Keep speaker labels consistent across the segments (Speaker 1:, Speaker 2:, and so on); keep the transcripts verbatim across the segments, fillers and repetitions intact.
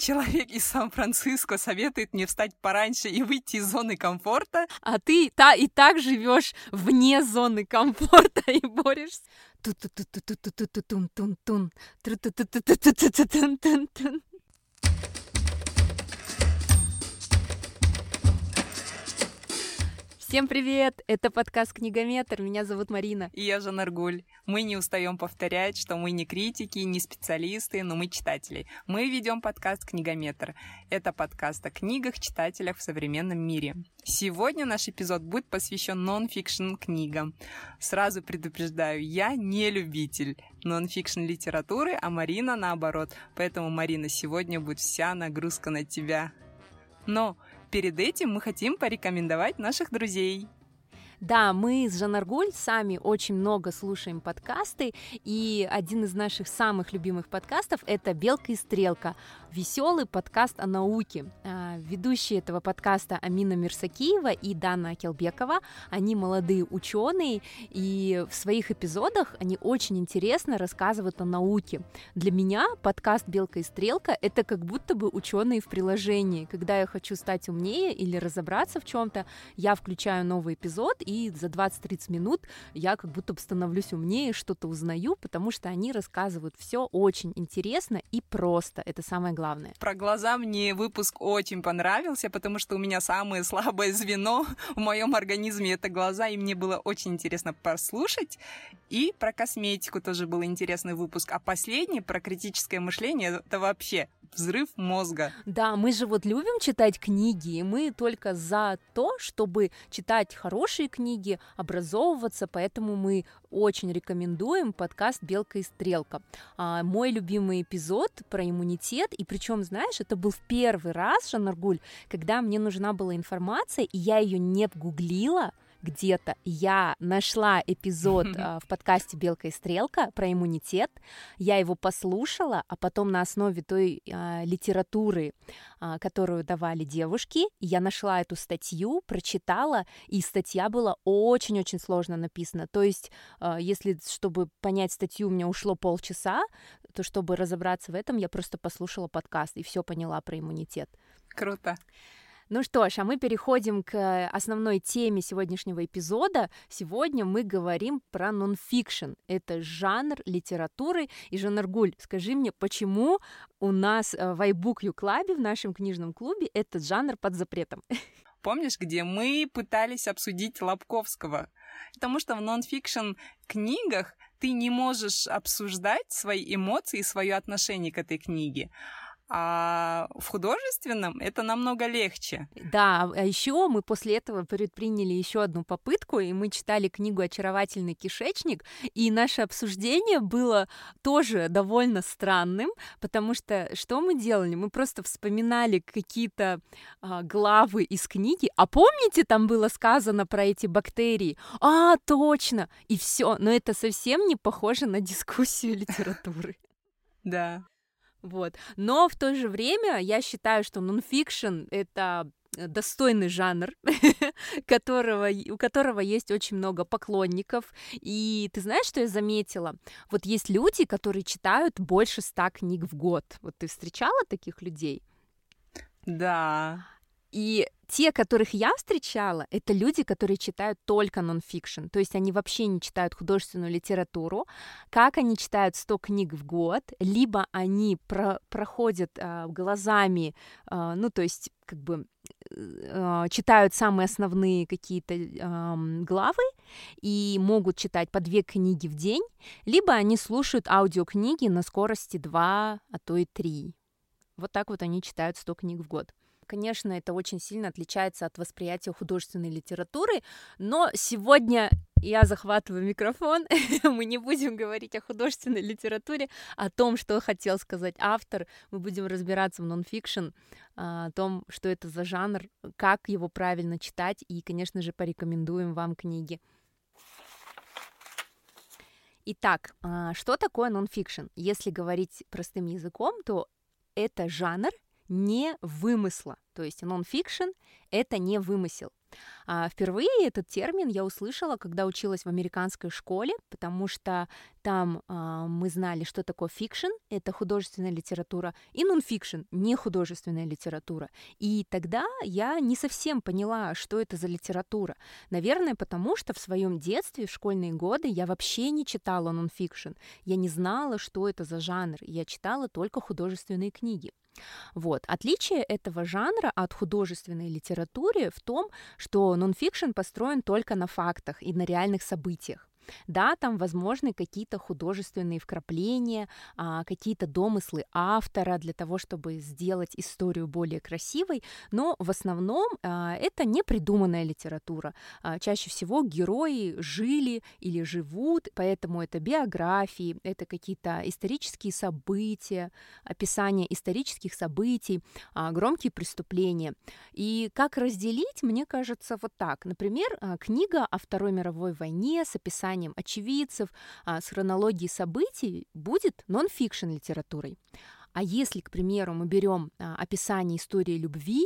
Speaker 1: человек из Сан-Франциско советует мне встать пораньше и выйти из зоны комфорта.
Speaker 2: А ты та и так живешь вне зоны комфорта и борешься. Всем привет! Это подкаст «Книгометр». Меня зовут Марина.
Speaker 1: И я Жанаргуль. Мы не устаем повторять, что мы не критики, не специалисты, но мы читатели. Мы ведем подкаст «Книгометр». Это подкаст о книгах, читателях в современном мире. Сегодня наш эпизод будет посвящен нон-фикшн книгам. Сразу предупреждаю, я не любитель нон-фикшн литературы, а Марина наоборот. Поэтому, Марина, сегодня будет вся нагрузка на тебя. Но перед этим мы хотим порекомендовать наших друзей.
Speaker 2: Да, мы с Жанаргуль сами очень много слушаем подкасты, и один из наших самых любимых подкастов — это «Белка и стрелка», веселый подкаст о науке. Ведущие этого подкаста Амина Мирсакиева и Дана Акелбекова, они молодые ученые, и в своих эпизодах они очень интересно рассказывают о науке. Для меня подкаст «Белка и стрелка» — это как будто бы ученые в приложении. Когда я хочу стать умнее или разобраться в чем-то, я включаю новый эпизод, и за двадцать-тридцать минут я как будто бы становлюсь умнее, что-то узнаю, потому что они рассказывают все очень интересно и просто. Это самое главное.
Speaker 1: Про глаза мне выпуск очень понравился, потому что у меня самое слабое звено в моем организме — это глаза, и мне было очень интересно послушать. И про косметику тоже был интересный выпуск. А последний, про критическое мышление, это вообще взрыв мозга.
Speaker 2: Да, мы же вот любим читать книги, и мы только за то, чтобы читать хорошие книги, образовываться, поэтому мы очень рекомендуем подкаст «Белка и стрелка». А, мой любимый эпизод про иммунитет, и причем, знаешь, это был в первый раз, Жанаргуль, когда мне нужна была информация, и я ее не гуглила где-то, я нашла эпизод а, в подкасте «Белка и стрелка» про иммунитет, я его послушала, а потом на основе той а, литературы, а, которую давали девушки, я нашла эту статью, прочитала, и статья была очень-очень сложно написана, то есть, а, если, чтобы понять статью, у меня ушло полчаса, то чтобы разобраться в этом, я просто послушала подкаст и все поняла про иммунитет.
Speaker 1: Круто.
Speaker 2: Ну что ж, а мы переходим к основной теме сегодняшнего эпизода. Сегодня мы говорим про нон-фикшн. Это жанр литературы. И, Жанаргуль, скажи мне, почему у нас в iBook Club, в нашем книжном клубе, этот жанр под запретом?
Speaker 1: Помнишь, где мы пытались обсудить Лабковского? Потому что в нон-фикшн книгах ты не можешь обсуждать свои эмоции и свое отношение к этой книге. А в художественном это намного легче.
Speaker 2: Да, а еще мы после этого предприняли еще одну попытку, и мы читали книгу «Очаровательный кишечник», и наше обсуждение было тоже довольно странным, потому что что мы делали? Мы просто вспоминали какие-то а, главы из книги, а помните, там было сказано про эти бактерии? А, точно! И все, но это совсем не похоже на дискуссию литературы.
Speaker 1: Да.
Speaker 2: Вот. Но в то же время я считаю, что нон-фикшн — это достойный жанр, которого, у которого есть очень много поклонников. И ты знаешь, что я заметила? Вот есть люди, которые читают больше ста книг в год. Вот ты встречала таких людей?
Speaker 1: Да.
Speaker 2: И те, которых я встречала, это люди, которые читают только нон-фикшн, то есть они вообще не читают художественную литературу. Как они читают сто книг в год, либо они про- проходят а, глазами, а, ну, то есть как бы а, читают самые основные какие-то а, главы и могут читать по две книги в день, либо они слушают аудиокниги на скорости два, а то и три. Вот так вот они читают сто книг в год. Конечно, это очень сильно отличается от восприятия художественной литературы, но сегодня я захватываю микрофон, мы не будем говорить о художественной литературе, о том, что хотел сказать автор, мы будем разбираться в нон-фикшн, о том, что это за жанр, как его правильно читать, и, конечно же, порекомендуем вам книги. Итак, что такое нон-фикшн? Если говорить простым языком, то это жанр не вымысла, то есть нон-фикшн — это не вымысел. А, Впервые этот термин я услышала, когда училась в американской школе, потому что там а, мы знали, что такое фикшн, это художественная литература, и нонфикшн, не художественная литература. И тогда я не совсем поняла, что это за литература. Наверное, потому что в своем детстве, в школьные годы, я вообще не читала нонфикшн. Я не знала, что это за жанр. Я читала только художественные книги. Вот. Отличие этого жанра от художественной литературы в том, что нонфикшн построен только на фактах и на реальных событиях. Да, там возможны какие-то художественные вкрапления, а, какие-то домыслы автора для того, чтобы сделать историю более красивой, но в основном а, это не придуманная литература. А, чаще всего герои жили или живут, поэтому это биографии, это какие-то исторические события, описание исторических событий, а, громкие преступления. И как разделить, мне кажется, вот так. Например, а, книга о Второй мировой войне с описанием очевидцев, с хронологией событий будет нон-фикшн литературой. А если, к примеру, мы берем описание истории любви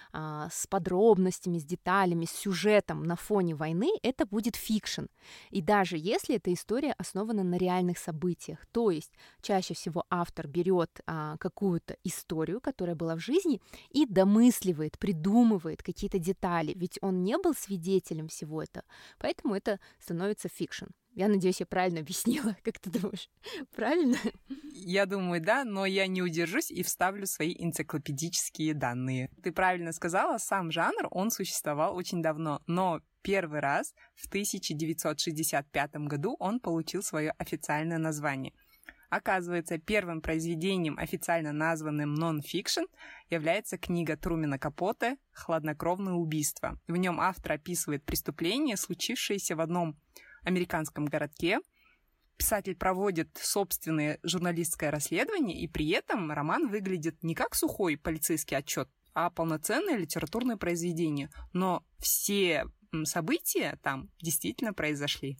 Speaker 2: с подробностями, с деталями, с сюжетом на фоне войны, это будет фикшн. И даже если эта история основана на реальных событиях, то есть чаще всего автор берет а, какую-то историю, которая была в жизни, и домысливает, придумывает какие-то детали, ведь он не был свидетелем всего этого, поэтому это становится фикшн. Я надеюсь, я правильно объяснила. Как ты думаешь? Правильно?
Speaker 1: Я думаю, да, но я не удержусь и вставлю свои энциклопедические данные. Ты правильно сказала, сам жанр, он существовал очень давно, но первый раз в тысяча девятьсот шестьдесят пятом году он получил свое официальное название. Оказывается, первым произведением, официально названным нон-фикшн, является книга Трумэна Капоте «Хладнокровное убийство». В нем автор описывает преступление, случившееся в одном американском городке. Писатель проводит собственное журналистское расследование, и при этом роман выглядит не как сухой полицейский отчет, а полноценное литературное произведение. Но все события там действительно произошли.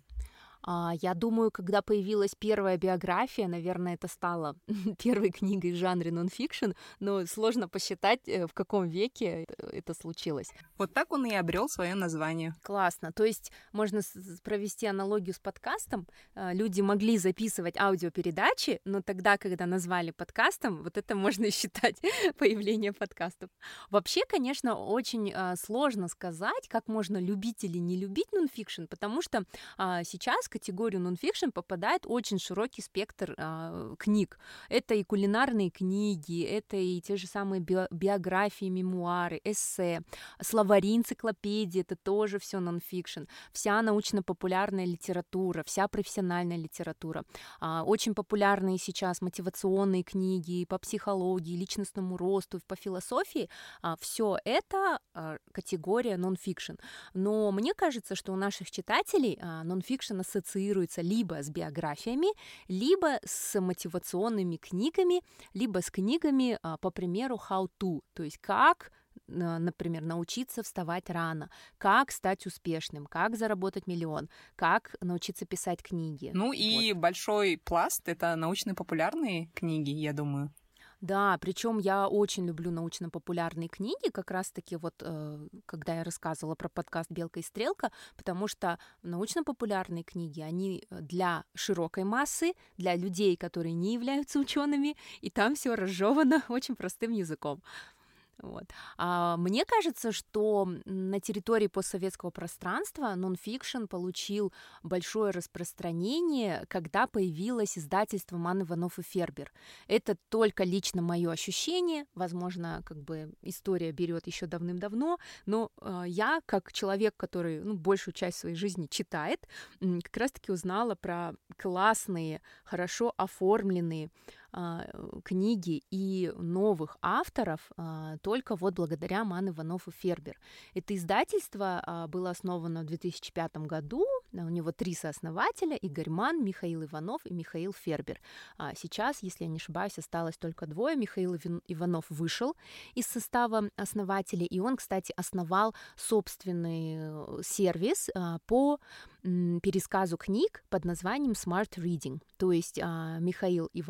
Speaker 2: Я думаю, когда появилась первая биография, наверное, это стало первой книгой в жанре нон-фикшн, но сложно посчитать, в каком веке это случилось.
Speaker 1: Вот так он и обрел свое название.
Speaker 2: Классно. То есть можно провести аналогию с подкастом. Люди могли записывать аудиопередачи, но тогда, когда назвали подкастом, вот это можно считать появление подкастов. Вообще, конечно, очень сложно сказать, как можно любить или не любить нон-фикшн, потому что сейчас в категорию нон-фикшн попадает очень широкий спектр а, книг. Это и кулинарные книги, это и те же самые би- биографии, мемуары, эссе, словари, энциклопедии, это тоже все нон-фикшн. Вся научно-популярная литература, вся профессиональная литература. А, очень популярные сейчас мотивационные книги по психологии, личностному росту, по философии. А, все это а, категория нон-фикшн. Но мне кажется, что у наших читателей а, нон-фикшн ассоциируется либо с биографиями, либо с мотивационными книгами, либо с книгами, по примеру, how to, то есть как, например, научиться вставать рано, как стать успешным, как заработать миллион, как научиться писать книги.
Speaker 1: Ну и вот. Большой пласт — это научно-популярные книги, я думаю.
Speaker 2: Да, причем я очень люблю научно-популярные книги, как раз-таки вот, э, когда я рассказывала про подкаст «Белка и стрелка», потому что научно-популярные книги, они для широкой массы, для людей, которые не являются учеными, и там все разжевано очень простым языком. Вот. А мне кажется, что на территории постсоветского пространства нон-фикшн получил большое распространение, когда появилось издательство «Ман, Иванов и Фербер». Это только лично мое ощущение, возможно, как бы история берет еще давным-давно, но э, я, как человек, который ну, большую часть своей жизни читает, как раз-таки узнала про классные, хорошо оформленные книги и новых авторов только вот благодаря Ман, Иванов и Фербер. Это издательство было основано в две тысячи пятом году, у него три сооснователя: Игорь Ман, Михаил Иванов и Михаил Фербер. Сейчас, если я не ошибаюсь, осталось только двое. Михаил Иванов вышел из состава основателей, и он, кстати, основал собственный сервис по пересказу книг под названием Smart Reading. То есть Михаил Иванов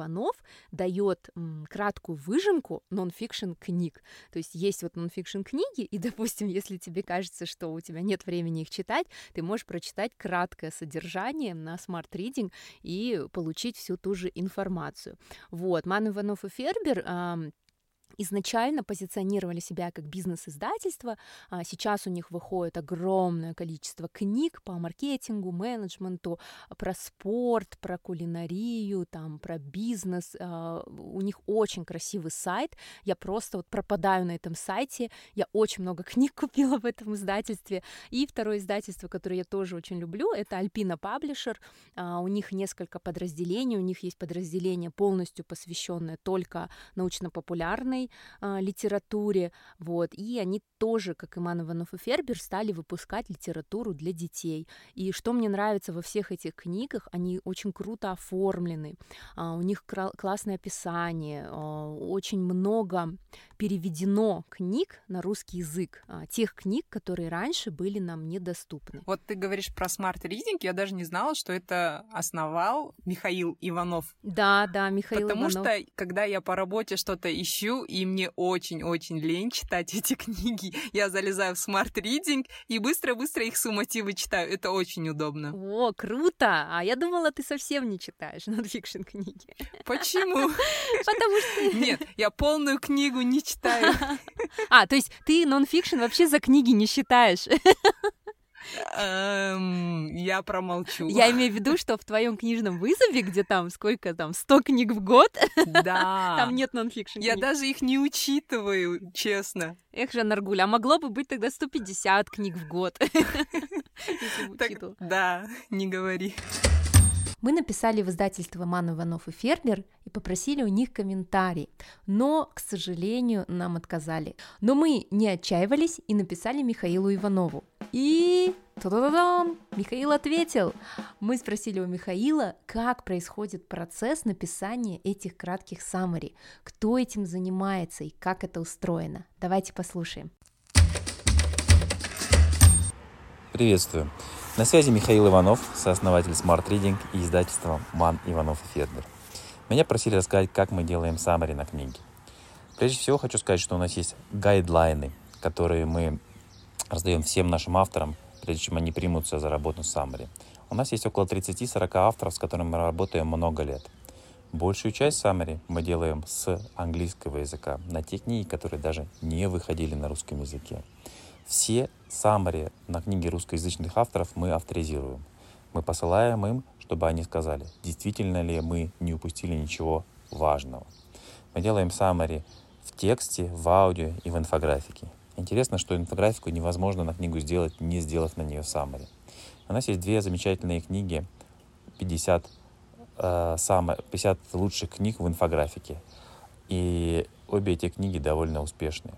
Speaker 2: дает м, краткую выжимку нон-фикшн книг. То есть есть вот нон-фикшн книги, и, допустим, если тебе кажется, что у тебя нет времени их читать, ты можешь прочитать краткое содержание на Smart Reading и получить всю ту же информацию. Вот, Ман, Иванов и Фербер э, изначально позиционировали себя как бизнес-издательство, а сейчас у них выходит огромное количество книг по маркетингу, менеджменту, про спорт, про кулинарию, там, про бизнес, у них очень красивый сайт, я просто вот пропадаю на этом сайте, я очень много книг купила в этом издательстве, и второе издательство, которое я тоже очень люблю, это Alpina Publisher, у них несколько подразделений, у них есть подразделение полностью посвященное только научно-популярной литературе, вот, и они тоже, как и Ман, Иванов и Фербер, стали выпускать литературу для детей. И что мне нравится во всех этих книгах, они очень круто оформлены, у них классное описание, очень много переведено книг на русский язык, тех книг, которые раньше были нам недоступны.
Speaker 1: Вот ты говоришь про Smart Reading, я даже не знала, что это основал Михаил Иванов.
Speaker 2: Да, да, Михаил
Speaker 1: Потому
Speaker 2: Иванов.
Speaker 1: Потому что, когда я по работе что-то ищу, и мне очень-очень лень читать эти книги, я залезаю в Smart Reading и быстро-быстро их суммативы читаю. Это очень удобно.
Speaker 2: О, круто! А я думала, ты совсем не читаешь нон-фикшн книги.
Speaker 1: Почему?
Speaker 2: Потому что...
Speaker 1: Нет, я полную книгу не читаю.
Speaker 2: А, то есть ты нон-фикшн вообще за книги не считаешь?
Speaker 1: Эм, я промолчу.
Speaker 2: Я имею в виду, что в твоем книжном вызове, где там сколько там, сто книг в год,
Speaker 1: да.
Speaker 2: там нет нон-фикшн
Speaker 1: Я
Speaker 2: книг.
Speaker 1: даже их не учитываю, честно.
Speaker 2: Эх, Жанна Аргуль, а могло бы быть тогда сто пятьдесят книг в год, если бы
Speaker 1: Так,
Speaker 2: учитывал.
Speaker 1: да, не говори.
Speaker 2: Мы написали в издательство Ман, Иванов и Фербер и попросили у них комментарий, но, к сожалению, нам отказали. Но мы не отчаивались и написали Михаилу Иванову. И та-да-да-дам! Михаил ответил. Мы спросили у Михаила, как происходит процесс написания этих кратких саммари, кто этим занимается и как это устроено. Давайте послушаем.
Speaker 3: Приветствую. На связи Михаил Иванов, сооснователь Smart Reading и издательства Ман, Иванов и Фербер. Меня просили рассказать, как мы делаем саммари на книги. Прежде всего хочу сказать, что у нас есть гайдлайны, которые мы раздаем всем нашим авторам, прежде чем они примутся за работу с саммари. У нас есть около тридцать-сорок авторов, с которыми мы работаем много лет. Большую часть саммари мы делаем с английского языка на те книги, которые даже не выходили на русском языке. Все саммари на книги русскоязычных авторов мы авторизируем. Мы посылаем им, чтобы они сказали, действительно ли мы не упустили ничего важного. Мы делаем саммари в тексте, в аудио и в инфографике. Интересно, что инфографику невозможно на книгу сделать, не сделав на нее саммари. У нас есть две замечательные книги, пятьдесят, э, самые, пятьдесят лучших книг в инфографике. И обе эти книги довольно успешные.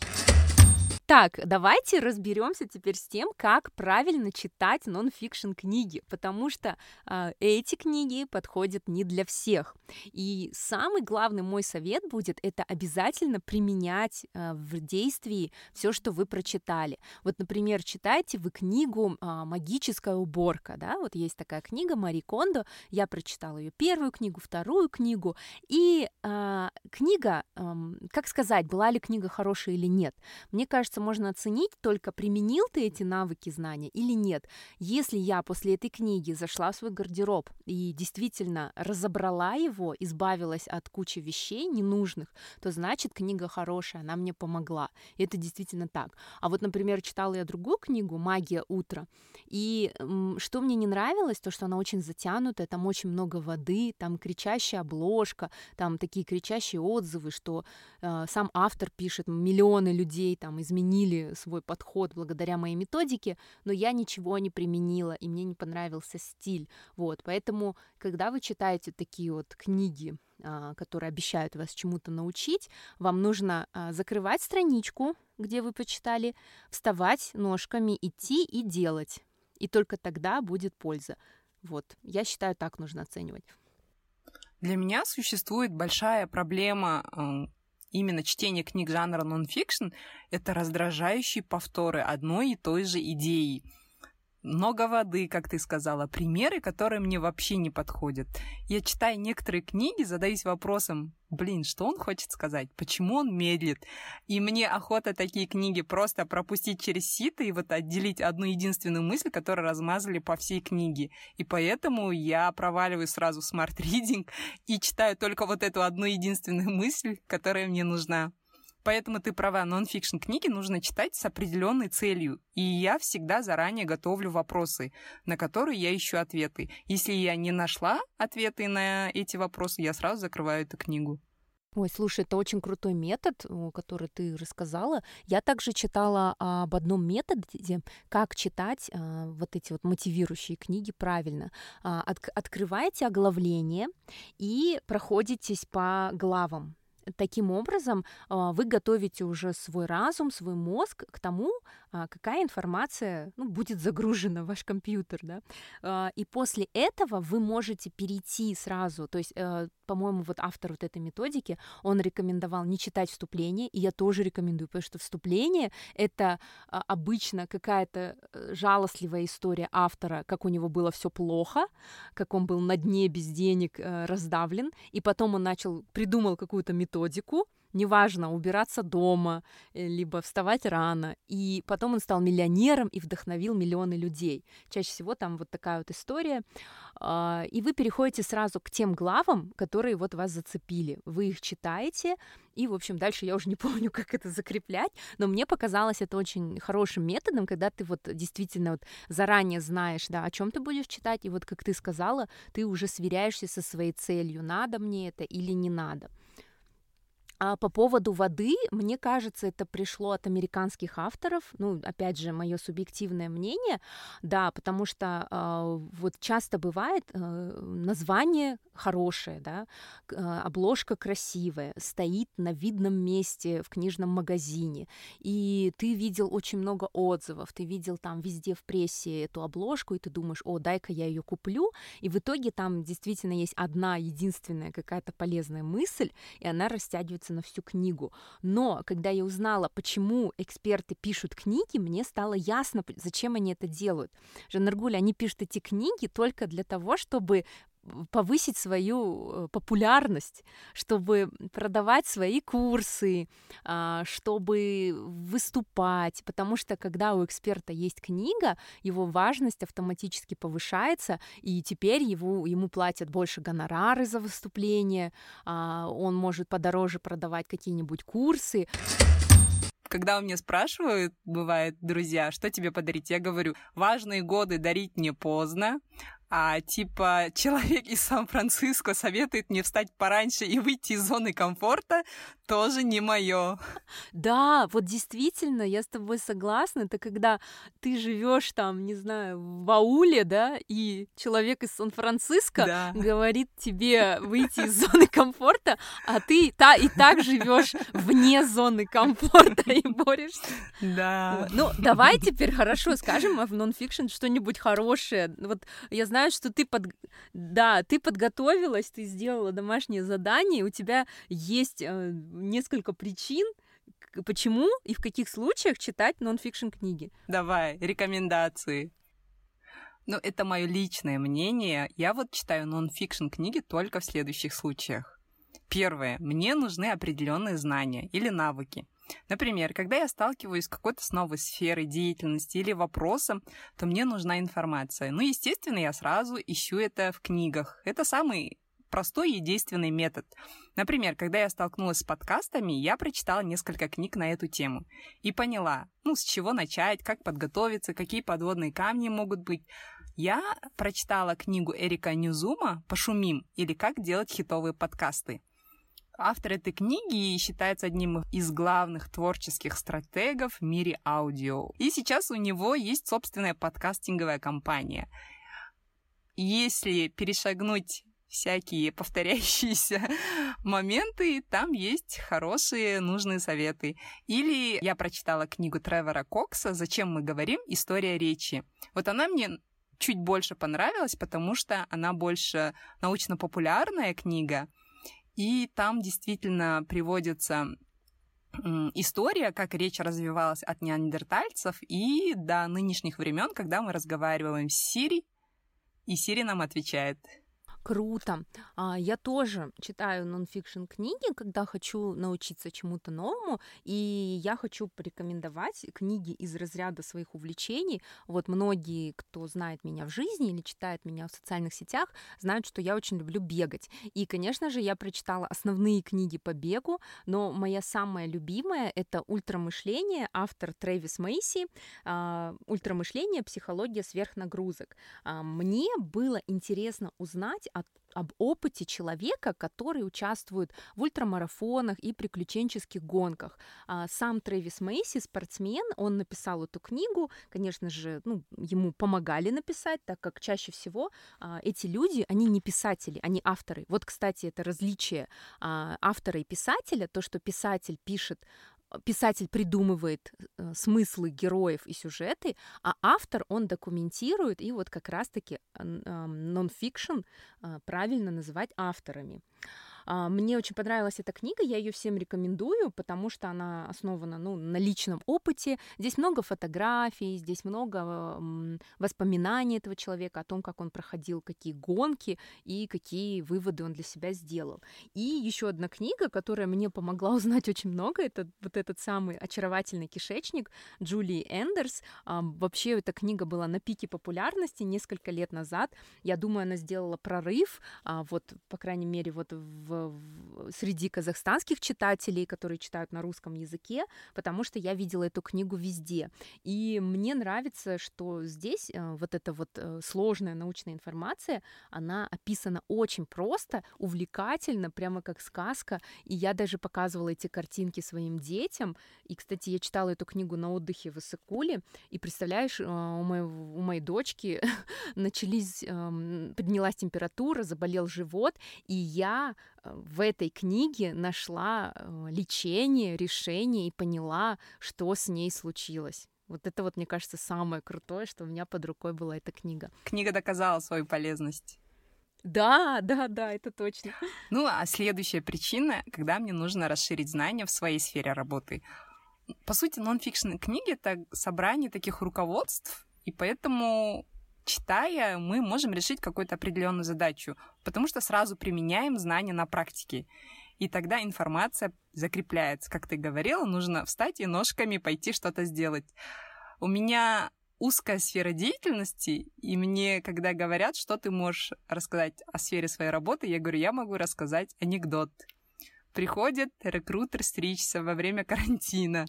Speaker 2: Так, давайте разберемся теперь с тем, как правильно читать нон-фикшн книги, потому что э, эти книги подходят не для всех. И самый главный мой совет будет это обязательно применять э, в действии все, что вы прочитали. Вот, например, читайте вы книгу э, «Магическая уборка», да, вот есть такая книга Мари Кондо, я прочитала ее первую книгу, вторую книгу, и э, книга, э, как сказать, была ли книга хорошая или нет, мне кажется, можно оценить только, применил ты эти навыки, знания или нет. Если я после этой книги зашла в свой гардероб и действительно разобрала его, избавилась от кучи вещей ненужных, то значит, книга хорошая, она мне помогла. И это действительно так. А вот, например, читала я другую книгу «Магия утра», и м, что мне не нравилось, то, что она очень затянутая, там очень много воды, там кричащая обложка, там такие кричащие отзывы, что э, сам автор пишет, миллионы людей там изменили свой подход благодаря моей методике, но я ничего не применила, и мне не понравился стиль. Вот, поэтому, когда вы читаете такие вот книги, которые обещают вас чему-то научить, вам нужно закрывать страничку, где вы почитали, вставать ножками, идти и делать. И только тогда будет польза. Вот, я считаю, так нужно оценивать.
Speaker 1: Для меня существует большая проблема именно чтение книг жанра нон-фикшн — это раздражающие повторы одной и той же идеи. много воды, как ты сказала, примеры, которые мне вообще не подходят. Я читаю некоторые книги, задаюсь вопросом, блин, что он хочет сказать, почему он медлит? И мне охота такие книги просто пропустить через сито и вот отделить одну единственную мысль, которую размазали по всей книге. И поэтому я проваливаю сразу в Smart Reading и читаю только вот эту одну единственную мысль, которая мне нужна. Поэтому ты права, нон-фикшн книги нужно читать с определенной целью. И я всегда заранее готовлю вопросы, на которые я ищу ответы. Если я не нашла ответы на эти вопросы, я сразу закрываю эту книгу.
Speaker 2: Ой, слушай, это очень крутой метод, который ты рассказала. Я также читала об одном методе, как читать а, вот эти вот мотивирующие книги правильно. А, от, открываете оглавление и проходитесь по главам. Таким образом, вы готовите уже свой разум, свой мозг к тому, какая информация, ну, будет загружена в ваш компьютер, да? И после этого вы можете перейти сразу, то есть, по-моему, вот автор вот этой методики, он рекомендовал не читать вступление, и я тоже рекомендую, потому что вступление — это обычно какая-то жалостливая история автора, как у него было все плохо, как он был на дне без денег, раздавлен, и потом он начал, придумал какую-то методику, методику, неважно, убираться дома, либо вставать рано, и потом он стал миллионером и вдохновил миллионы людей. Чаще всего там вот такая вот история, и вы переходите сразу к тем главам, которые вот вас зацепили. Вы их читаете, и, в общем, дальше я уже не помню, как это закреплять, но мне показалось это очень хорошим методом, когда ты вот действительно вот заранее знаешь, да, о чем ты будешь читать, и вот, как ты сказала, ты уже сверяешься со своей целью, надо мне это или не надо. А по поводу воды, мне кажется, это пришло от американских авторов, ну, опять же, мое субъективное мнение, да, потому что э, вот часто бывает э, название хорошее, да, э, обложка красивая, стоит на видном месте в книжном магазине, и ты видел очень много отзывов, ты видел там везде в прессе эту обложку, и ты думаешь, о, дай-ка я ее куплю, и в итоге там действительно есть одна единственная какая-то полезная мысль, и она растягивается на всю книгу. Но когда я узнала, почему эксперты пишут книги, мне стало ясно, зачем они это делают. Жанаргуль, они пишут эти книги только для того, чтобы повысить свою популярность, чтобы продавать свои курсы, чтобы выступать, потому что когда у эксперта есть книга, его важность автоматически повышается, и теперь его, ему платят больше гонорары за выступление, он может подороже продавать какие-нибудь курсы.
Speaker 1: Когда у меня спрашивают, бывает, друзья, что тебе подарить, я говорю, важные годы дарить не поздно, а типа человек из Сан-Франциско советует мне встать пораньше и выйти из зоны комфорта, тоже не мое.
Speaker 2: Да, вот действительно, я с тобой согласна, это когда ты живешь там, не знаю, в ауле, да, и человек из Сан-Франциско да. говорит тебе выйти из зоны комфорта, а ты та, и так живешь вне зоны комфорта и борешься.
Speaker 1: Да.
Speaker 2: Ну, давай теперь хорошо скажем в нон-фикшн что-нибудь хорошее. Вот я знаю, что ты под... да, ты подготовилась, ты сделала домашнее задание, у тебя есть э, несколько причин, почему и в каких случаях читать нон-фикшн книги.
Speaker 1: Давай, рекомендации. Ну, это мое личное мнение. Я вот читаю нон-фикшн книги только в следующих случаях. Первое. Мне нужны определенные знания или навыки. Например, когда я сталкиваюсь с какой-то с новой сферой деятельности или вопросом, то мне нужна информация. Ну, естественно, я сразу ищу это в книгах. Это самый простой и действенный метод. Например, когда я столкнулась с подкастами, я прочитала несколько книг на эту тему и поняла, ну, с чего начать, как подготовиться, какие подводные камни могут быть. Я прочитала книгу Эрика Ньюзума «Пошумим» или «Как делать хитовые подкасты». Автор этой книги считается одним из главных творческих стратегов в мире аудио. И сейчас у него есть собственная подкастинговая компания. Если перешагнуть всякие повторяющиеся моменты, там есть хорошие, нужные советы. Или я прочитала книгу Тревора Кокса «Зачем мы говорим? История речи». Вот она мне чуть больше понравилась, потому что она больше научно-популярная книга, и там действительно приводятся история, как речь развивалась от неандертальцев и до нынешних времен, когда мы разговариваем с Сири, и Сири нам отвечает.
Speaker 2: Круто. Я тоже читаю нон-фикшн книги, когда хочу научиться чему-то новому, и я хочу порекомендовать книги из разряда своих увлечений. Вот многие, кто знает меня в жизни или читает меня в социальных сетях, знают, что я очень люблю бегать. И, конечно же, я прочитала основные книги по бегу, но моя самая любимая — это «Ультрамышление», автор Трэвис Мейси, «Ультрамышление. Психология сверхнагрузок». Мне было интересно узнать От, об опыте человека, который участвует в ультрамарафонах и приключенческих гонках. А сам Трэвис Мейси, спортсмен, он написал эту книгу, конечно же, ну, ему помогали написать, так как чаще всего а, эти люди, они не писатели, они авторы. Вот, кстати, это различие а, автора и писателя, то, что писатель пишет Писатель придумывает э, смыслы героев и сюжеты, а автор, он документирует, и вот как раз-таки нон-фикшн э, правильно называть авторами. Мне очень понравилась эта книга, я ее всем рекомендую, потому что она основана, ну, на личном опыте. Здесь много фотографий, здесь много воспоминаний этого человека о том, как он проходил, какие гонки и какие выводы он для себя сделал. И еще одна книга, которая мне помогла узнать очень много, это вот этот самый «Очаровательный кишечник» Джулии Эндерс. Вообще эта книга была на пике популярности несколько лет назад. Я думаю, она сделала прорыв, вот, по крайней мере, вот в среди казахстанских читателей, которые читают на русском языке, потому что я видела эту книгу везде. И мне нравится, что здесь вот эта вот сложная научная информация, она описана очень просто, увлекательно, прямо как сказка. И я даже показывала эти картинки своим детям. И, кстати, я читала эту книгу на отдыхе в Иссык-Куле. И представляешь, у моей, у моей дочки начались, поднялась температура, заболел живот, и я в этой книге нашла лечение, решение и поняла, что с ней случилось. Вот это вот, мне кажется, самое крутое, что у меня под рукой была эта книга.
Speaker 1: Книга доказала свою полезность.
Speaker 2: Да, да, да, это точно.
Speaker 1: Ну, а следующая причина, когда мне нужно расширить знания в своей сфере работы. По сути, нон-фикшн книги — это собрание таких руководств, и поэтому, читая, мы можем решить какую-то определенную задачу, потому что сразу применяем знания на практике. И тогда информация закрепляется. Как ты говорила, нужно встать и ножками пойти что-то сделать. У меня узкая сфера деятельности, и мне, когда говорят, что ты можешь рассказать о сфере своей работы, я говорю, я могу рассказать анекдот. Приходит рекрутер стричься во время карантина,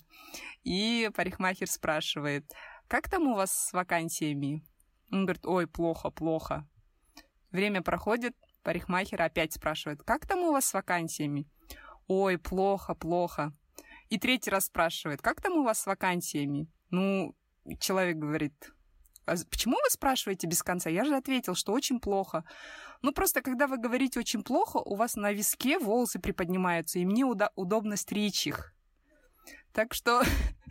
Speaker 1: и парикмахер спрашивает, как там у вас с вакансиями? Он говорит, ой, плохо, плохо. Время проходит, парикмахер опять спрашивает, как там у вас с вакансиями? Ой, плохо, плохо. И третий раз спрашивает, как там у вас с вакансиями? Ну, человек говорит, а почему вы спрашиваете без конца? Я же ответил, что очень плохо. Ну, просто когда вы говорите очень плохо, у вас на виске волосы приподнимаются, и мне уда- удобно стричь их. Так что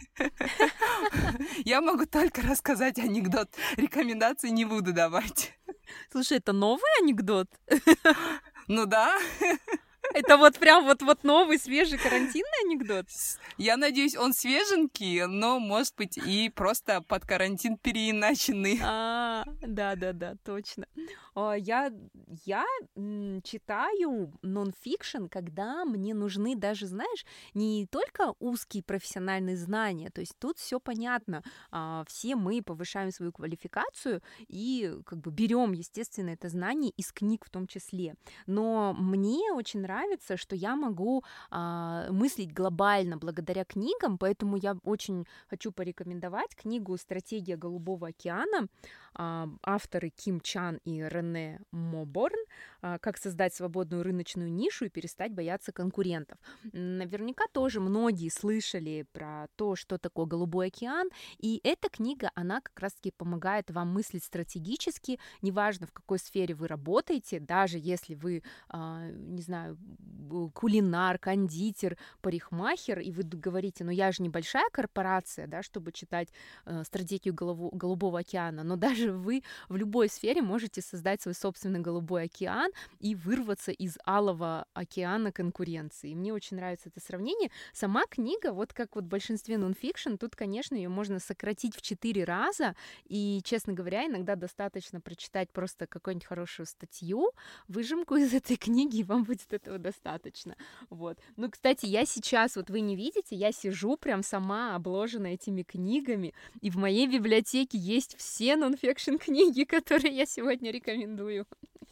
Speaker 1: я могу только рассказать анекдот. Рекомендаций не буду давать.
Speaker 2: Слушай, это новый анекдот?
Speaker 1: Ну да.
Speaker 2: Это вот прям вот-вот новый, свежий карантинный анекдот?
Speaker 1: Я надеюсь, он свеженький, но, может быть, и просто под карантин переиначенный.
Speaker 2: А, да-да-да, точно. Я, я читаю нон-фикшн, когда мне нужны даже, знаешь, не только узкие профессиональные знания, то есть тут все понятно, все мы повышаем свою квалификацию и как бы берем, естественно, это знание из книг в том числе, но мне очень нравится, что я могу мыслить глобально благодаря книгам, поэтому я очень хочу порекомендовать книгу «Стратегия Голубого океана», авторы Ким Чан и Рене Моборн, «Как создать свободную рыночную нишу и перестать бояться конкурентов». Наверняка тоже многие слышали про то, что такое Голубой океан, и эта книга, она как раз-таки помогает вам мыслить стратегически, неважно, в какой сфере вы работаете, даже если вы, не знаю, кулинар, кондитер, парикмахер, и вы говорите, ну я же небольшая корпорация, да, чтобы читать э, стратегию голову, Голубого океана, но даже вы в любой сфере можете создать свой собственный Голубой океан и вырваться из алого океана конкуренции. И мне очень нравится это сравнение. Сама книга, вот как вот в большинстве нонфикшн, тут, конечно, ее можно сократить в четыре раза, и, честно говоря, иногда достаточно прочитать просто какую-нибудь хорошую статью, выжимку из этой книги, и вам будет этого достаточно. Вот. Ну, кстати, я сейчас, вот вы не видите, я сижу прям сама обложена этими книгами, и в моей библиотеке есть все нонфикшн книги, которые я сегодня рекомендую.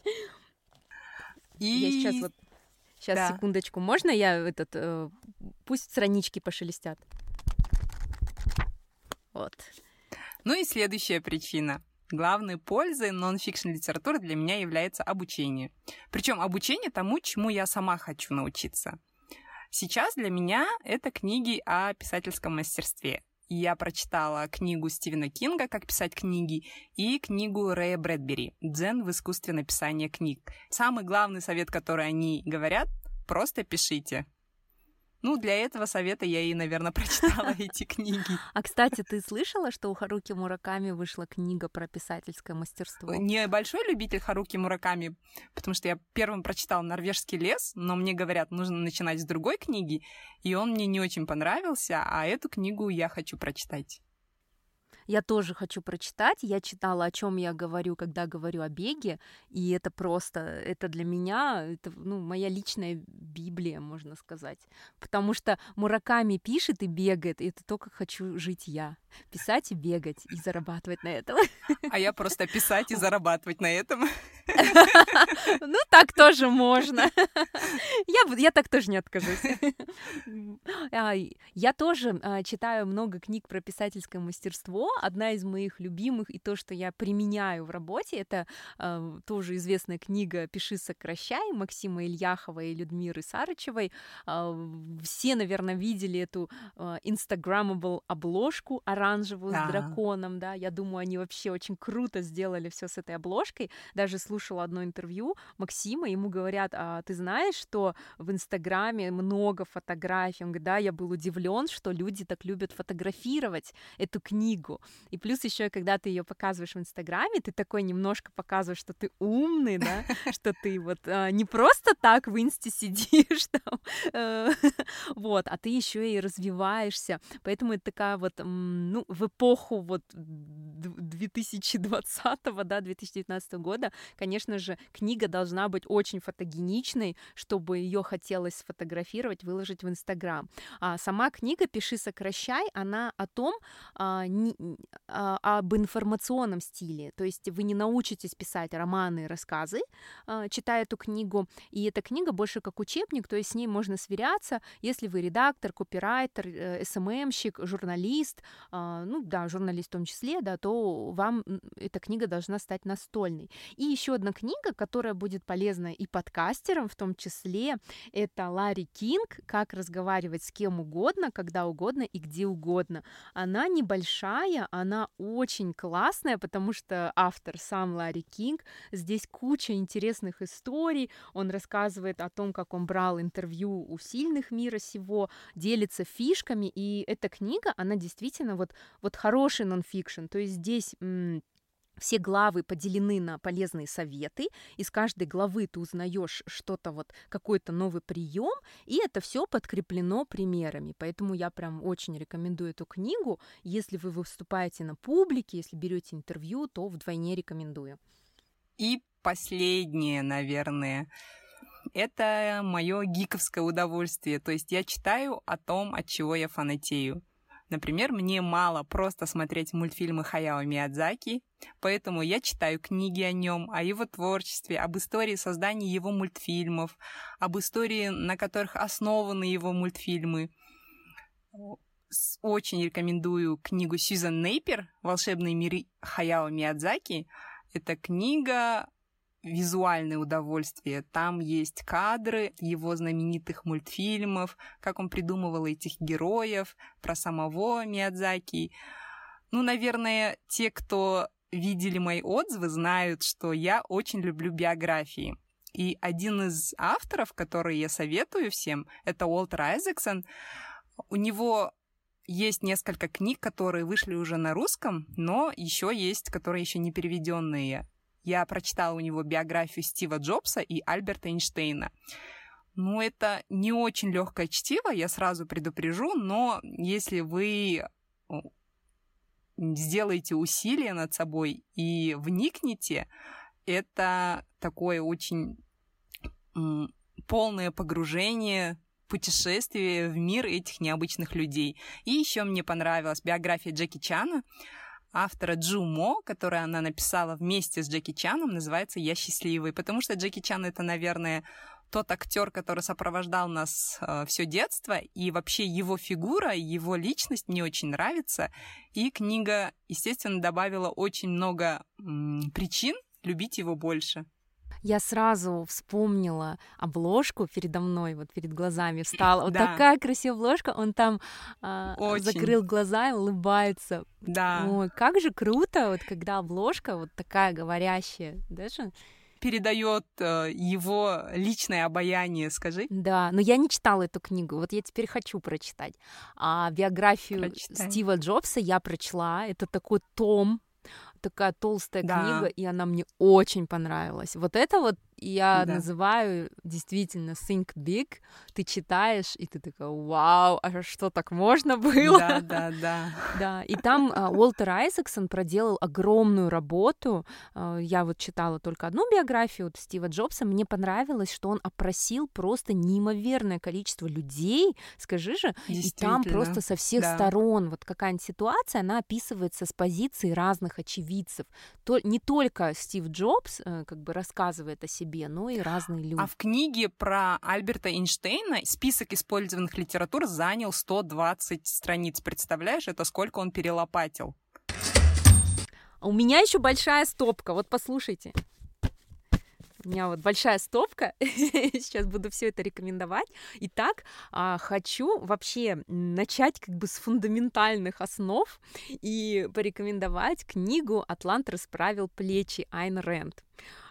Speaker 1: И...
Speaker 2: Я сейчас вот... Сейчас, да. Секундочку, можно я этот... Э, пусть странички пошелестят. Вот.
Speaker 1: Ну и следующая причина. Главной пользой нон-фикшн литературы для меня является обучение. Причем обучение тому, чему я сама хочу научиться. Сейчас для меня это книги о писательском мастерстве. Я прочитала книгу Стивена Кинга «Как писать книги» и книгу Рэя Брэдбери «Дзен в искусстве написания книг». Самый главный совет, который они говорят, просто пишите. Ну, для этого совета я и, наверное, прочитала эти книги.
Speaker 2: А, кстати, ты слышала, что у Харуки Мураками вышла книга про писательское мастерство?
Speaker 1: Не большой любитель Харуки Мураками, потому что я первым прочитала «Норвежский лес», но мне говорят, нужно начинать с другой книги, и он мне не очень понравился, а эту книгу я хочу прочитать.
Speaker 2: Я тоже хочу прочитать. Я читала, о чем я говорю, когда говорю о беге, и это просто, это для меня, это, ну, моя личная Библия, можно сказать. Потому что Мураками пишет и бегает, и это то, как хочу жить я. Писать и бегать, и зарабатывать на этом.
Speaker 1: А я просто писать и зарабатывать на этом.
Speaker 2: Ну, так тоже можно. Я, я так тоже не откажусь. Я тоже читаю много книг про писательское мастерство. Одна из моих любимых и то, что я применяю в работе, это тоже известная книга «Пиши, сокращай» Максима Ильяхова и Людмиры Сарычевой. Все, наверное, видели эту инстаграммабл обложку оранжевую да. с драконом, да. Я думаю, они вообще очень круто сделали все с этой обложкой. Даже слушала одно интервью Максима, ему говорят, а ты знаешь, что в Инстаграме много фотографий? Он говорит, да, я был удивлен, что люди так любят фотографировать эту книгу. И плюс еще, когда ты ее показываешь в Инстаграме, ты такой немножко показываешь, что ты умный, да, что ты вот не просто так в Инсте сидишь там, вот, а ты еще и развиваешься. Поэтому это такая вот, ну, в эпоху вот две тысячи двадцатого, да, две тысячи девятнадцатого года, конечно же, книга должна быть очень фотогеничной, чтобы ее хотелось сфотографировать, выложить в Инстаграм. А сама книга «Пиши, сокращай», она о том, а, не, а, об информационном стиле, то есть вы не научитесь писать романы и рассказы, а, читая эту книгу, и эта книга больше как учебник, то есть с ней можно сверяться, если вы редактор, копирайтер, эс эм эм-щик, журналист, а, ну да, журналист в том числе, да, то вам эта книга должна стать настольной. И еще одна книга, которая будет полезна и подкастерам в том числе, это Ларри Кинг «Как разговаривать с кем угодно, когда угодно и где угодно». Она небольшая, она очень классная, потому что автор сам Ларри Кинг, здесь куча интересных историй, он рассказывает о том, как он брал интервью у сильных мира сего, делится фишками, и эта книга, она действительно вот, вот хороший нонфикшн, то есть здесь... М- Все главы поделены на полезные советы, из каждой главы ты узнаешь что-то, вот какой-то новый прием, и это все подкреплено примерами. Поэтому я прям очень рекомендую эту книгу. Если вы выступаете на публике, если берете интервью, то вдвойне рекомендую.
Speaker 1: И последнее, наверное, это мое гиковское удовольствие. То есть я читаю о том, от чего я фанатею. Например, мне мало просто смотреть мультфильмы Хаяо Миядзаки, поэтому я читаю книги о нем, о его творчестве, об истории создания его мультфильмов, об истории, на которых основаны его мультфильмы. Очень рекомендую книгу Сьюзан Нейпер «Волшебные миры Хаяо Миядзаки». Это книга... визуальное удовольствие. Там есть кадры его знаменитых мультфильмов, как он придумывал этих героев, про самого Миядзаки. Ну, наверное, те, кто видели мои отзывы, знают, что я очень люблю биографии. И один из авторов, который я советую всем, это Уолтер Айзексон. У него есть несколько книг, которые вышли уже на русском, но еще есть, которые еще не переведенные. Я прочитала у него биографию Стива Джобса и Альберта Эйнштейна. Ну, это не очень легкое чтиво, я сразу предупрежу, но если вы сделаете усилия над собой и вникнете, это такое очень м, полное погружение, путешествие в мир этих необычных людей. И еще мне понравилась биография Джеки Чана, автора Джу Мо, которую она написала вместе с Джеки Чаном, называется «Я счастливый», потому что Джеки Чан — это, наверное, тот актер, который сопровождал нас э, все детство, и вообще его фигура, его личность мне очень нравится, и книга, естественно, добавила очень много м, причин любить его больше.
Speaker 2: Я сразу вспомнила обложку передо мной, вот перед глазами встала. Вот
Speaker 1: Да.
Speaker 2: такая красивая обложка, он там а, закрыл глаза и улыбается.
Speaker 1: Да.
Speaker 2: Ой, как же круто, вот когда обложка вот такая говорящая, даже.
Speaker 1: Передает э, его личное обаяние, скажи.
Speaker 2: Да, но я не читала эту книгу, вот я теперь хочу прочитать. А биографию
Speaker 1: Прочитай.
Speaker 2: Стива Джобса я прочла, это такой том, такая толстая
Speaker 1: Да.
Speaker 2: книга, и она мне очень понравилась. Вот это вот я
Speaker 1: Да.
Speaker 2: называю действительно think big. Ты читаешь, и ты такая, вау, а что, так можно было?
Speaker 1: Да, да, да.
Speaker 2: Да, и там а, Уолтер Айзексон проделал огромную работу. А, я вот читала только одну биографию вот Стива Джобса. Мне понравилось, что он опросил просто неимоверное количество людей, скажи же, и там просто со всех
Speaker 1: да.
Speaker 2: сторон вот какая-нибудь ситуация, она описывается с позиции разных очевидцев. То, не только Стив Джобс э, как бы рассказывает о себе, но и разные люди.
Speaker 1: А в книге про Альберта Эйнштейна список использованных литератур занял сто двадцать страниц. Представляешь, это сколько он перелопатил?
Speaker 2: А у меня еще большая стопка, вот послушайте. У меня вот большая стопка, сейчас буду все это рекомендовать. Итак, хочу вообще начать как бы с фундаментальных основ и порекомендовать книгу «Атлант расправил плечи» Айн Рэнд.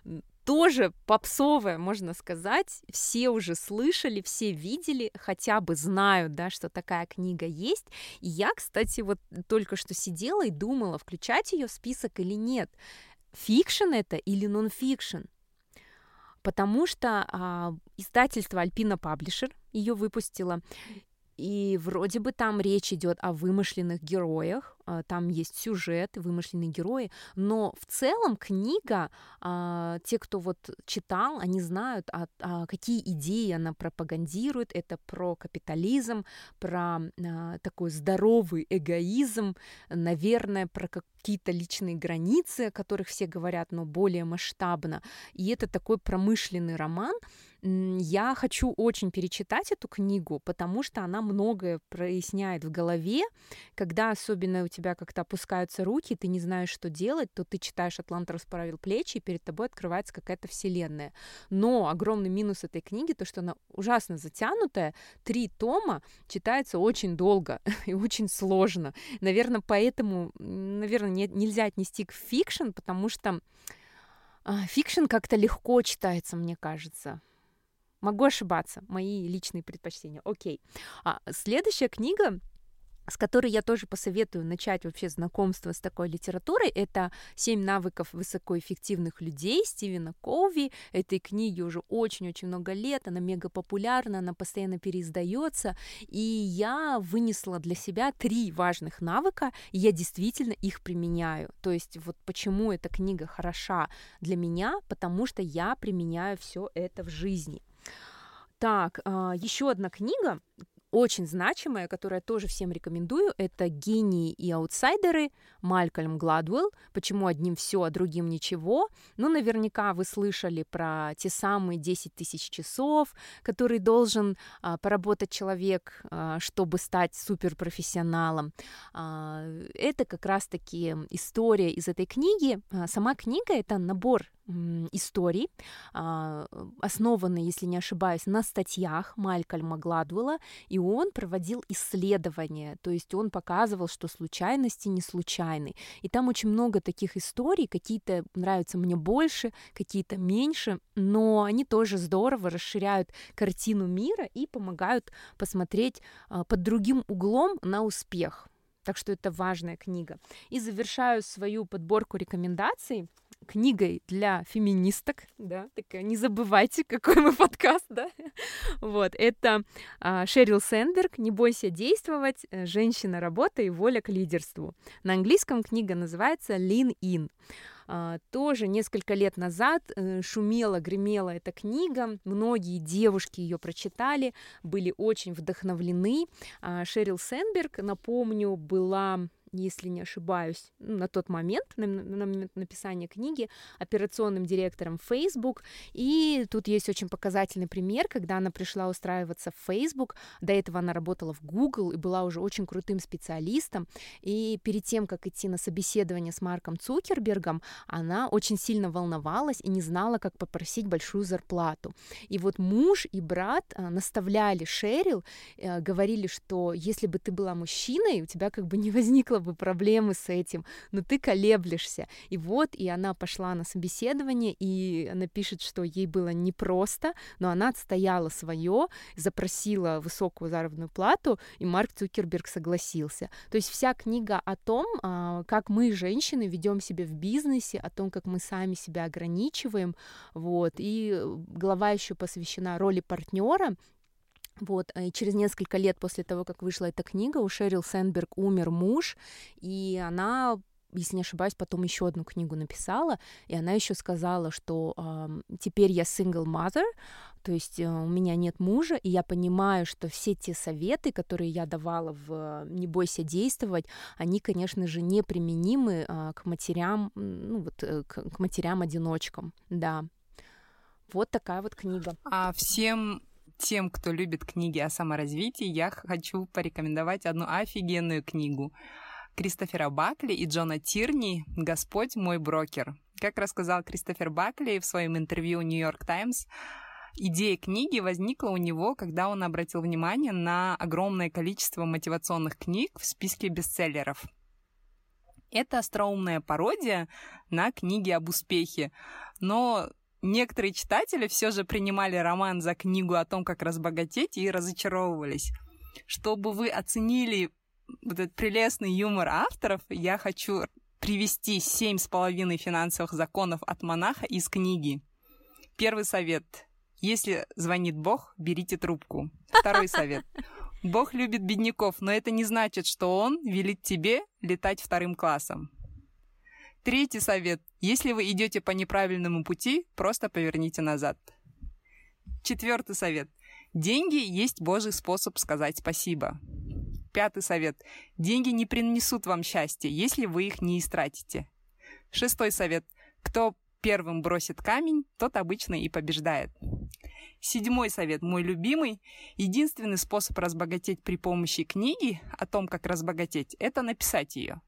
Speaker 2: Тоже попсовая, можно сказать, все уже слышали, все видели, хотя бы знают, да, что такая книга есть. И я, кстати, вот только что сидела и думала, включать ее в список или нет. Фикшн это или нон-фикшн? Потому что а, издательство Alpina Publisher ее выпустило, и вроде бы там речь идет о вымышленных героях, а, там есть сюжет, вымышленные герои, но в целом книга, а, те, кто вот читал, они знают, а, а, какие идеи она пропагандирует. Это про капитализм, про а, такой здоровый эгоизм, наверное, про какие-то личные границы, о которых все говорят, но более масштабно. И это такой промышленный роман. Я хочу очень перечитать эту книгу, потому что она многое проясняет в голове. Когда особенно у тебя как-то опускаются руки, ты не знаешь, что делать, то ты читаешь «Атлант расправил плечи», и перед тобой открывается какая-то вселенная. Но огромный минус этой книги то, что она ужасно затянутая. Три тома, читается очень долго и очень сложно. Наверное, поэтому, наверное, не, нельзя отнести к фикшн, потому что а, фикшн как-то легко читается, мне кажется. Могу ошибаться, мои личные предпочтения. Окей. А, следующая книга, с которой я тоже посоветую начать вообще знакомство с такой литературой, это «Семь навыков высокоэффективных людей» Стивена Коуви. Этой книге уже очень-очень много лет, она мега популярна, она постоянно переиздается, и я вынесла для себя три важных навыка, и я действительно их применяю. То есть вот почему эта книга хороша для меня, потому что я применяю все это в жизни. Так, еще одна книга, очень значимая, которую я тоже всем рекомендую, это «Гении и аутсайдеры» Малькольм Гладуэлл. Почему одним все, а другим ничего? Ну, наверняка вы слышали про те самые десять тысяч часов, которые должен а, поработать человек, а, чтобы стать суперпрофессионалом. А, это как раз-таки история из этой книги. А, сама книга — это набор историй, основанный, если не ошибаюсь, на статьях Малькольма Гладуэлла, и он проводил исследования, то есть он показывал, что случайности не случайны. И там очень много таких историй, какие-то нравятся мне больше, какие-то меньше, но они тоже здорово расширяют картину мира и помогают посмотреть под другим углом на успех. Так что это важная книга. И завершаю свою подборку рекомендаций книгой для феминисток, да, такая, не забывайте, какой мы подкаст, да, вот, это а, Шерил Сэндберг «Не бойся действовать. Женщина, работа и воля к лидерству». На английском книга называется «Lean In». Uh, тоже несколько лет назад uh, шумела, гремела эта книга, многие девушки ее прочитали, были очень вдохновлены. uh, Шерил Сэндберг, напомню, была, если не ошибаюсь, на тот момент, на, на момент написания книги, операционным директором Facebook, и тут есть очень показательный пример, когда она пришла устраиваться в Facebook, до этого она работала в Google и была уже очень крутым специалистом, и перед тем, как идти на собеседование с Марком Цукербергом, она очень сильно волновалась и не знала, как попросить большую зарплату. И вот муж и брат а, наставляли Шерил, а, говорили, что если бы ты была мужчиной, у тебя как бы не возникло бы проблемы с этим, но ты колеблешься. И вот, и она пошла на собеседование, и она пишет, что ей было непросто, но она отстояла свое, запросила высокую заработную плату, и Марк Цукерберг согласился. То есть вся книга о том, а, как мы, женщины, ведем себя в бизнесе, о том, как мы сами себя ограничиваем, вот, и глава еще посвящена роли партнера. Вот, и через несколько лет после того, как вышла эта книга, у Шерил Сэндберг умер муж, и она, если не ошибаюсь, потом еще одну книгу написала, и она еще сказала, что э, теперь я single mother, то есть э, у меня нет мужа, и я понимаю, что все те советы, которые я давала в «Не бойся действовать», они, конечно же, неприменимы э, к матерям, ну вот, э, к, к матерям-одиночкам, да. Вот такая вот книга.
Speaker 1: А всем тем, кто любит книги о саморазвитии, я хочу порекомендовать одну офигенную книгу Кристофера Бакли и Джона Тирни «Господь мой брокер». Как рассказал Кристофер Бакли в своем интервью «Нью-Йорк Таймс», идея книги возникла у него, когда он обратил внимание на огромное количество мотивационных книг в списке бестселлеров. Это остроумная пародия на книги об успехе, но некоторые читатели все же принимали роман за книгу о том, как разбогатеть, и разочаровывались. Чтобы вы оценили вот этот прелестный юмор авторов, я хочу привести семь с половиной финансовых законов от монаха из книги. Первый совет. Если звонит Бог, берите трубку. Второй совет. Бог любит бедняков, но это не значит, что Он велит тебе летать вторым классом. Третий совет. Если вы идете по неправильному пути, просто поверните назад. Четвертый совет. Деньги есть Божий способ сказать спасибо. Пятый совет. Деньги не принесут вам счастья, если вы их не истратите. Шестой совет. Кто первым бросит камень, тот обычно и побеждает. Седьмой совет, мой любимый. Единственный способ разбогатеть при помощи книги о том, как разбогатеть, это написать ее.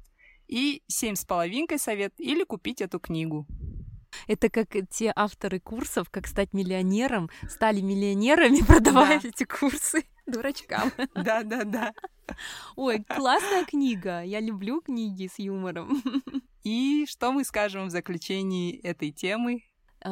Speaker 1: И семь с половинкой совет или купить эту книгу.
Speaker 2: Это как те авторы курсов «Как стать миллионером» стали миллионерами, продавая да. эти курсы дурачкам.
Speaker 1: Да-да-да.
Speaker 2: Ой, классная книга. Я люблю книги с юмором.
Speaker 1: И что мы скажем в заключении этой темы?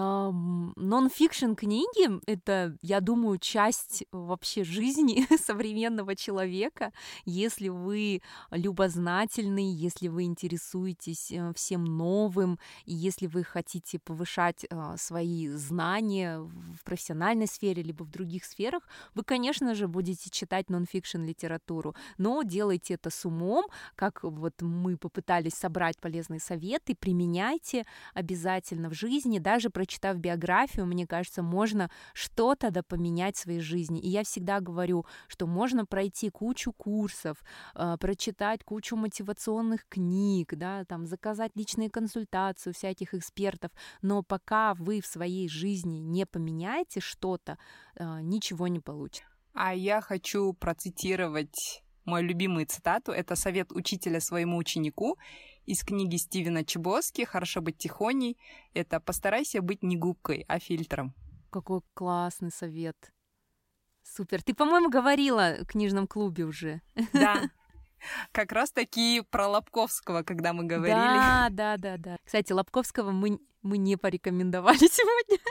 Speaker 2: Нон-фикшн книги — это, я думаю, часть вообще жизни современного человека. Если вы любознательный, если вы интересуетесь всем новым, и если вы хотите повышать свои знания в профессиональной сфере либо в других сферах, вы, конечно же, будете читать нон-фикшн литературу, но делайте это с умом, как вот мы попытались собрать полезные советы, применяйте обязательно в жизни, даже прочитав биографию, мне кажется, можно что-то да поменять в своей жизни. И я всегда говорю, что можно пройти кучу курсов, э, прочитать кучу мотивационных книг, да, там, заказать личные консультации у всяких экспертов, но пока вы в своей жизни не поменяете что-то, э, ничего не получится.
Speaker 1: А я хочу процитировать мою любимую цитату. Это совет учителя своему ученику из книги Стивена Чебоски «Хорошо быть тихоней». Это «Постарайся быть не губкой, а фильтром».
Speaker 2: Какой классный совет. Супер. Ты, по-моему, говорила в книжном клубе уже.
Speaker 1: Да. Как раз-таки про Лобковского, когда мы говорили.
Speaker 2: Да, да, да, да. Кстати, Лобковского мы, мы не порекомендовали сегодня.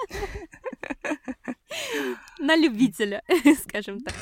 Speaker 2: На любителя, скажем так.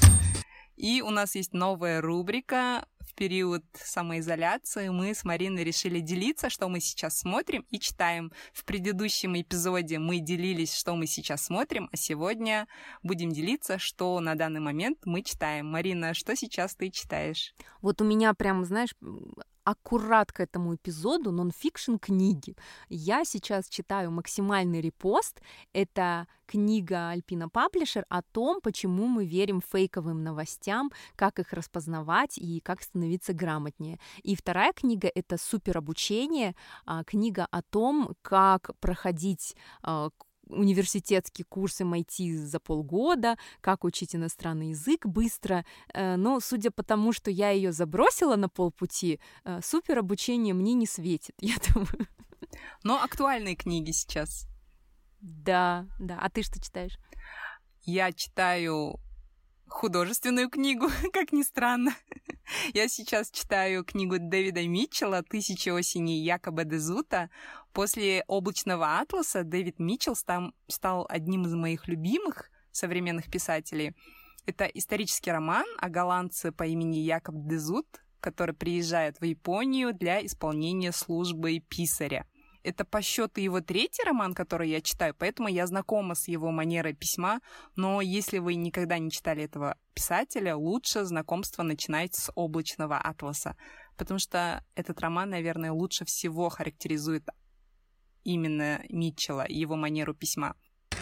Speaker 1: И у нас есть новая рубрика. В период самоизоляции мы с Мариной решили делиться, что мы сейчас смотрим и читаем. В предыдущем эпизоде мы делились, что мы сейчас смотрим, а сегодня будем делиться, что на данный момент мы читаем. Марина, что сейчас ты читаешь?
Speaker 2: Вот у меня прям, знаешь, аккурат к этому эпизоду нон-фикшн книги. Я сейчас читаю «Максимальный репост». Это книга Alpina Publisher о том, почему мы верим фейковым новостям, как их распознавать и как становиться грамотнее. И вторая книга — это «Суперобучение», книга о том, как проходить университетский курс эм ай ти за полгода, как учить иностранный язык быстро, но судя по тому, что я ее забросила на полпути, супер обучение мне не светит, я думаю.
Speaker 1: Но актуальные книги сейчас.
Speaker 2: Да, да. А ты что читаешь?
Speaker 1: Я читаю художественную книгу, как ни странно. Я сейчас читаю книгу Дэвида Митчелла «Тысячи осеней Якоба де Зута». После «Облачного атласа» Дэвид Митчелл стал одним из моих любимых современных писателей. Это исторический роман о голландце по имени Якоб де Зут, который приезжает в Японию для исполнения службы писаря. Это по счету его третий роман, который я читаю, поэтому я знакома с его манерой письма, но если вы никогда не читали этого писателя, лучше знакомство начинать с «Облачного атласа», потому что этот роман, наверное, лучше всего характеризует именно Митчелла и его манеру письма.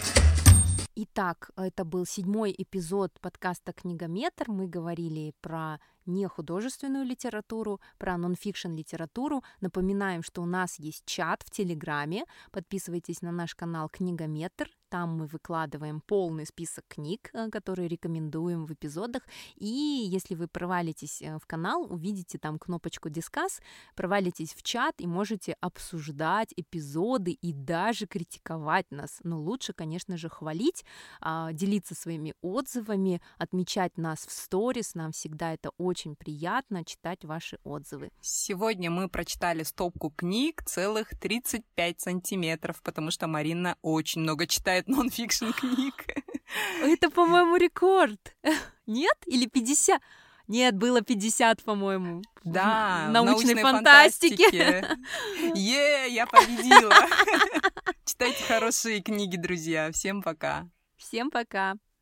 Speaker 2: Итак, это был седьмой эпизод подкаста «Книгометр». Мы говорили про нехудожественную литературу, про нон-фикшн литературу. Напоминаем, что у нас есть чат в Телеграме. Подписывайтесь на наш канал «Книгометр». Там мы выкладываем полный список книг, которые рекомендуем в эпизодах. И если вы провалитесь в канал, увидите там кнопочку «Дискасс», провалитесь в чат и можете обсуждать эпизоды и даже критиковать нас. Но лучше, конечно же, хвалить, делиться своими отзывами, отмечать нас в сторис. Нам всегда это очень приятно читать ваши отзывы.
Speaker 1: Сегодня мы прочитали стопку книг целых тридцать пять сантиметров, потому что Марина очень много читает нон-фикшн книг.
Speaker 2: Это, по-моему, рекорд. Нет? Или пятьдесят? Нет, было пятьдесят, по-моему.
Speaker 1: Да,
Speaker 2: в научной,
Speaker 1: научной
Speaker 2: фантастике.
Speaker 1: Е, я победила. Читайте хорошие книги, друзья. Всем пока.
Speaker 2: Всем пока.